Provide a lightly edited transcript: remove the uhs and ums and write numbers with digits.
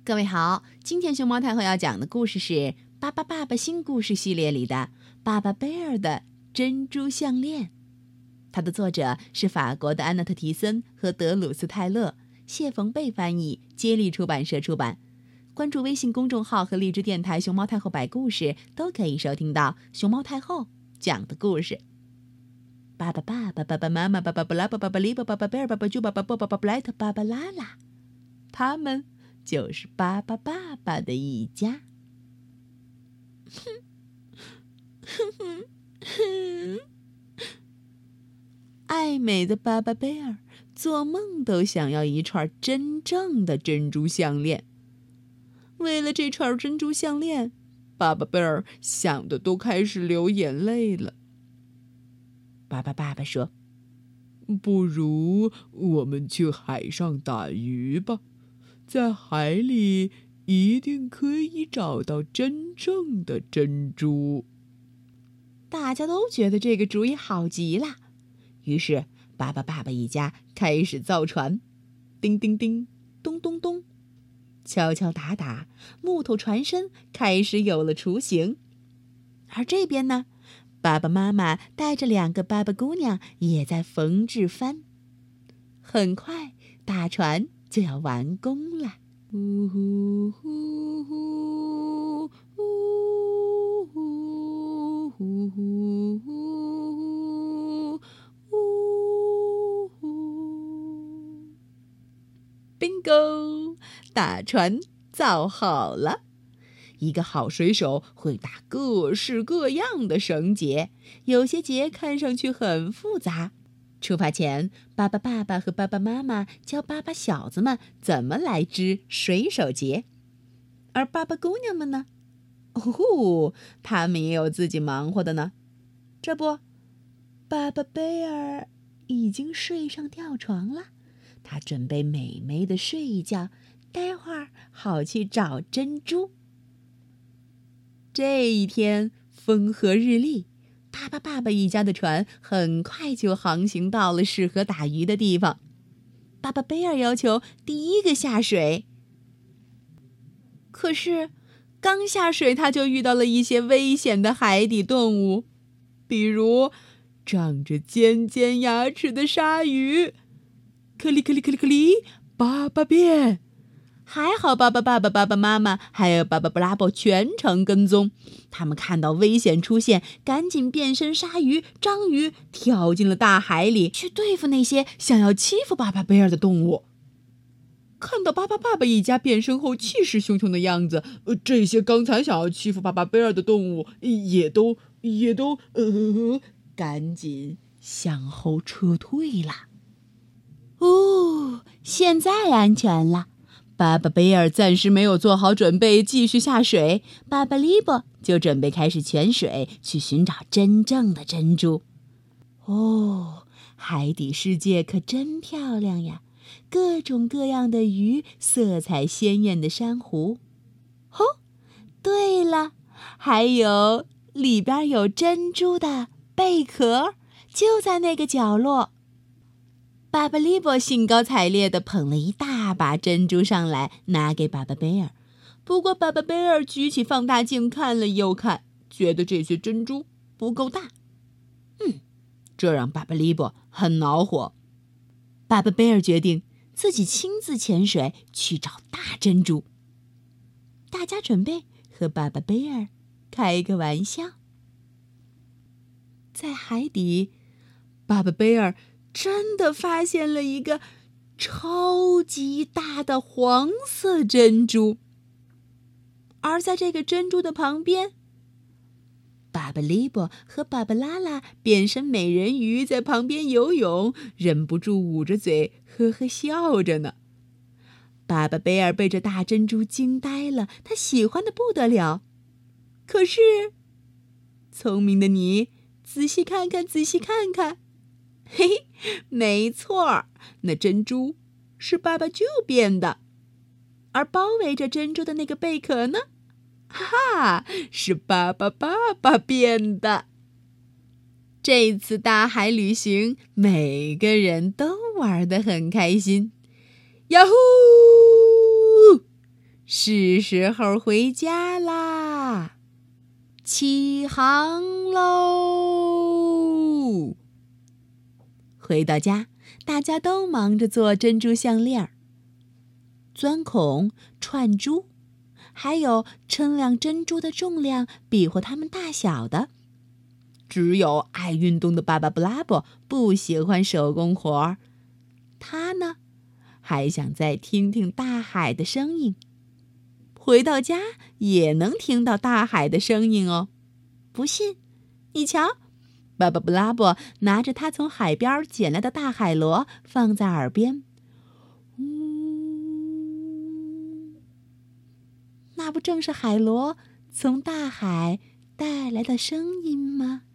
各位好，今天熊猫太后要讲的故事是《巴巴爸爸新故事系列》里的《巴巴贝尔的珍珠项链》。它的作者是法国的安娜特·提森和德鲁斯·泰勒，谢冯贝翻译，接力出版社出版。关注微信公众号和荔枝电台熊猫太后摆故事，都可以收听到熊猫太后讲的故事。巴巴爸爸、爸爸妈妈、巴巴布拉、巴巴布里、巴巴贝尔、巴巴猪、巴巴布、巴巴布莱特、巴巴拉拉，他们就是巴巴爸爸的一家。爱美的巴巴贝尔做梦都想要一串真正的珍珠项链。为了这串珍珠项链，巴巴贝尔想的都开始流眼泪了。巴巴爸爸说：“ 不如我们去海上打鱼吧，在海里一定可以找到真正的珍珠。” 大家都觉得这个主意好极了，于是巴巴爸爸一家开始造船，叮叮叮，咚咚咚，敲敲打打，木头船身开始有了雏形。而这边呢，爸爸妈妈带着2个巴巴姑娘也在缝制帆。很快，大船就要完工了。呜呼呼呼呼呼呼呼呼呼呼 Bingo！ 大船造好了。一个好水手会打各式各样的绳结，有些结看上去很复杂。出发前，巴巴爸爸和巴巴妈妈教巴巴小子们怎么来织水手结，而巴巴姑娘们呢？他们也有自己忙活的呢。这不，巴巴贝尔已经睡上吊床了，他准备美美的睡一觉，待会儿好去找珍珠。这一天风和日丽，巴巴爸爸一家的船很快就航行到了适合打鱼的地方。巴巴贝尔要求第一个下水，可是刚下水他就遇到了一些危险的海底动物，比如长着尖尖牙齿的鲨鱼，克里克里克里克里，巴巴变。还好巴巴爸爸、巴巴妈妈还有巴巴布拉布全程跟踪，他们看到危险出现，赶紧变身鲨鱼、章鱼，跳进了大海里，去对付那些想要欺负巴巴贝尔的动物。看到巴巴爸爸一家变身后气势汹汹的样子，这些刚才想要欺负巴巴贝尔的动物也都赶紧向后撤退了。现在安全了。巴巴贝尔暂时没有做好准备继续下水，巴巴利波就准备开始潜水去寻找真正的珍珠。海底世界可真漂亮呀，各种各样的鱼，色彩鲜艳的珊瑚。对了，还有里边有珍珠的贝壳，就在那个角落。巴巴利波兴高采烈地捧了一大把珍珠上来，拿给巴巴贝尔。不过巴巴贝尔举起放大镜看了又看，觉得这些珍珠不够大。这让巴巴利波很恼火。巴巴贝尔决定自己亲自潜水去找大珍珠。大家准备和巴巴贝尔开个玩笑。在海底，巴巴贝尔真的发现了一个超级大的黄色珍珠，而在这个珍珠的旁边，巴巴利波和巴巴拉拉变身美人鱼在旁边游泳，忍不住捂着嘴呵呵笑着呢。巴巴贝尔被这大珍珠惊呆了，他喜欢的不得了。可是，聪明的你，仔细看看，仔细看看。没错，那珍珠是爸爸就变的，而包围着珍珠的那个贝壳呢，是爸爸变的。这次大海旅行，每个人都玩得很开心。呀呼！ 是时候回家啦！起航喽！回到家，大家都忙着做珍珠项链、钻孔、串珠，还有称量珍珠的重量、比划它们大小的。只有爱运动的爸爸布拉伯不喜欢手工活儿，他呢，还想再听听大海的声音。回到家也能听到大海的声音哦。不信，你瞧，爸爸布拉伯拿着他从海边捡来的大海螺放在耳边。那不正是海螺从大海带来的声音吗？